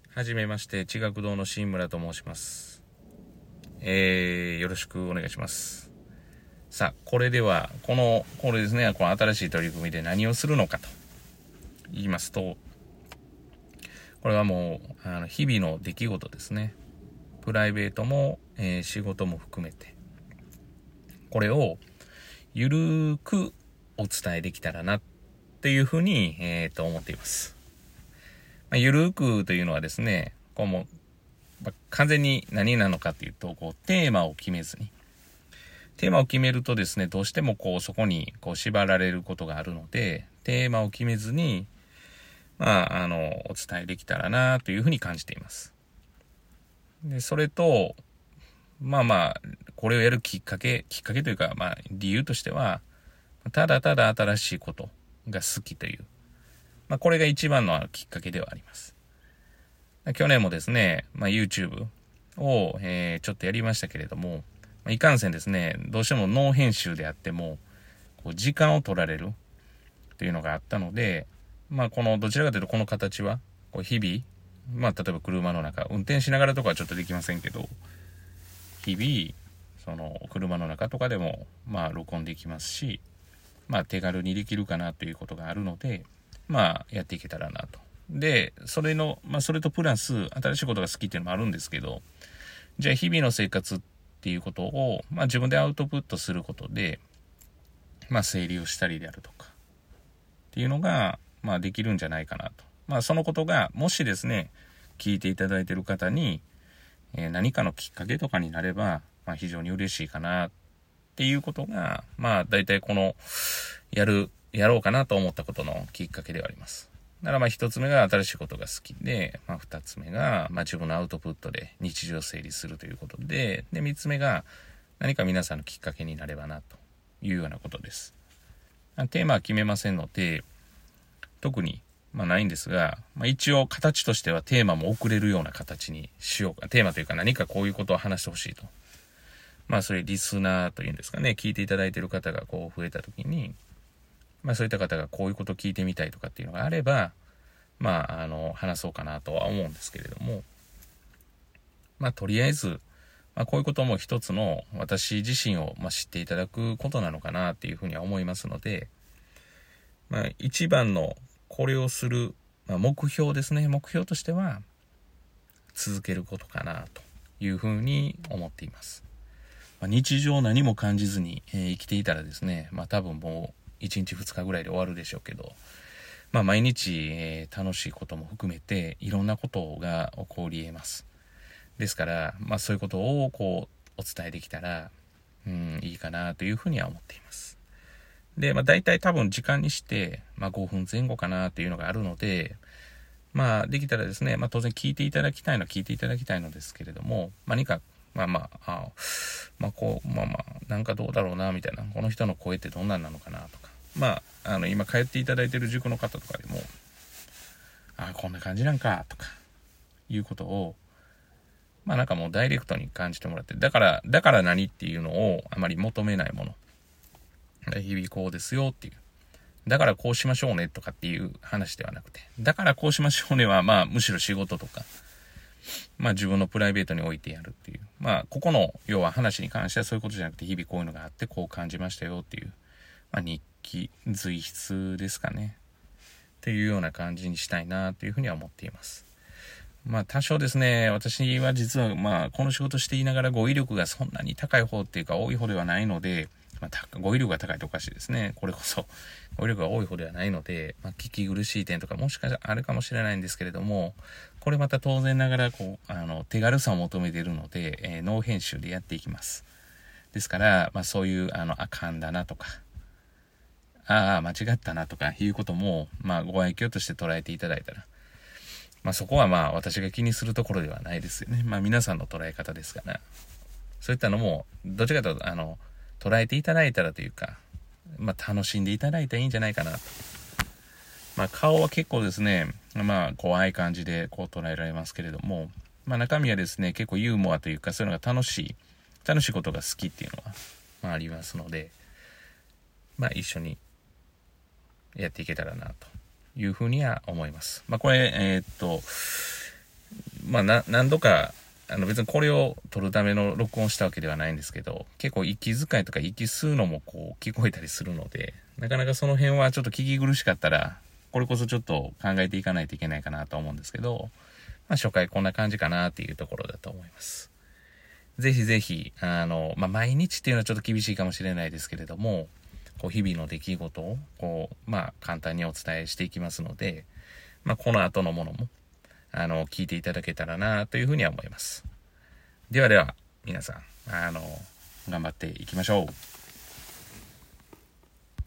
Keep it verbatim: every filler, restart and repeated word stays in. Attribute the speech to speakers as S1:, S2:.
S1: はじめまして、地学堂の新村と申します。えー、よろしくお願いします。さあ、これでは、この、これですね、この新しい取り組みで何をするのかと言いますと、これはもう、あの日々の出来事ですね。プライベートも、えー、仕事も含めて、これをゆるーくお伝えできたらなっていうふうに、えー、と思っています。まあ、ゆるーくというのはですね、こうもう、まあ、完全に何なのかというと、こうテーマを決めずに、テーマを決めるとですね、どうしてもこうそこにこう縛られることがあるので、テーマを決めずに、まあ、あの、お伝えできたらなというふうに感じています。で、それと、まあまあ、これをやるきっかけ、きっかけというか、まあ、理由としては、ただただ新しいことが好きという、まあ、これが一番のきっかけではあります。去年もですね、まあ、YouTube を、えー、ちょっとやりましたけれども、まあ、いかんせんですね、どうしてもノー編集であっても、こう時間を取られるというのがあったので、まあ、この、どちらかというとこの形は、こう日々、まあ、例えば車の中、運転しながらとかはちょっとできませんけど、日々、その、車の中とかでも、まあ、録音できますし、まあ、手軽にできるかなということがあるので、まあ、やっていけたらなと。で、それの、まあ、それとプラス、新しいことが好きっていうのもあるんですけど、じゃあ、日々の生活っていうことを、まあ、自分でアウトプットすることで、まあ、整理をしたりであるとか、っていうのが、まあ、できるんじゃないかなと。まあ、そのことが、もしですね、聞いていただいている方に、えー、何かのきっかけとかになれば、まあ、非常に嬉しいかなっていうことが、まあ、大体この、やる、やろうかなと思ったことのきっかけではあります。だからまあ一つ目が新しいことが好きで、まあ二つ目がまあ自分のアウトプットで日常整理するということで、で三つ目が何か皆さんのきっかけになればなというようなことです。テーマは決めませんので、特にまあないんですが、まあ、一応形としてはテーマも送れるような形にしようか。テーマというか何かこういうことを話してほしいと。まあそれリスナーというんですかね、聞いていただいている方がこう増えたときに、まあそういった方がこういうことを聞いてみたいとかっていうのがあれば、まああの話そうかなとは思うんですけれども、まあとりあえず、まあ、こういうことも一つの私自身をまあ知っていただくことなのかなっていうふうには思いますので、まあ一番のこれをする、まあ、目標ですね。目標としては続けることかなというふうに思っています。まあ、日常何も感じずに、えー、生きていたらですね、まあ多分もういちにちふつかぐらいで終わるでしょうけど、まあ毎日、えー、楽しいことも含めていろんなことが起こり得ます。ですから、まあそういうことをこうお伝えできたら、うん、いいかなというふうには思っています。で、まあ大体多分時間にして、まあごふんぜん後かなというのがあるので、まあできたらですね、まあ当然聞いていただきたいのは聞いていただきたいのですけれども、まあ何かまあまあ、あまあこう、まあまあ、なんかどうだろうな、みたいな。この人の声ってどんなんなのかな、とか。まあ、あの、今通っていただいている塾の方とかでも、あこんな感じなんか、とか、いうことを、まあなんかもうダイレクトに感じてもらって、だから、だから何っていうのをあまり求めないもの。日々こうですよっていう。だからこうしましょうねとかっていう話ではなくて、だからこうしましょうねは、まあむしろ仕事とか、まあ自分のプライベートに置いてやるっていう。まあここの要は話に関してはそういうことじゃなくて日々こういうのがあってこう感じましたよっていう。まあ日記、随筆ですかね。っていうような感じにしたいなというふうには思っています。まあ多少ですね、私は実はまあこの仕事していながら語彙力がそんなに高い方っていうか多い方ではないので、まあ、語彙力が高いとおかしいですね。これこそ語彙力が多い方ではないので、まあ、聞き苦しい点とかもしかしたらあるかもしれないんですけれども、これまた当然ながらこうあの手軽さを求めているので、えー、ノー編集でやっていきます。ですから、まあ、そういうあのあかんだなとか、ああ間違ったなとかいうことも、まあ、ご愛嬌として捉えていただいたら、まあ、そこはまあ私が気にするところではないですよね。まあ皆さんの捉え方ですから、そういったのもどちらかというとあの捉えていただいたらというか、まあ楽しんでいただいたらいいんじゃないかなと。まあ顔は結構ですね、まあ怖い感じでこう捉えられますけれども、まあ中身はですね、結構ユーモアというかそういうのが楽しい、楽しいことが好きっていうのは、まあありますので、まあ一緒にやっていけたらなというふうには思います。まあこれ、えー、っと、 まあな、何度か、あの別にこれを撮るための録音したわけではないんですけど、結構息遣いとか息吸うのもこう聞こえたりするので、なかなかその辺はちょっと聞き苦しかったら、これこそちょっと考えていかないといけないかなと思うんですけど、まあ初回こんな感じかなっていうところだと思います。ぜひぜひ、あの、まあ毎日っていうのはちょっと厳しいかもしれないですけれども、こう日々の出来事を、こう、まあ簡単にお伝えしていきますので、まあこの後のものも、あの、聞いていただけたらなというふうには思います。ではでは、皆さん、あの、頑張っていきましょう。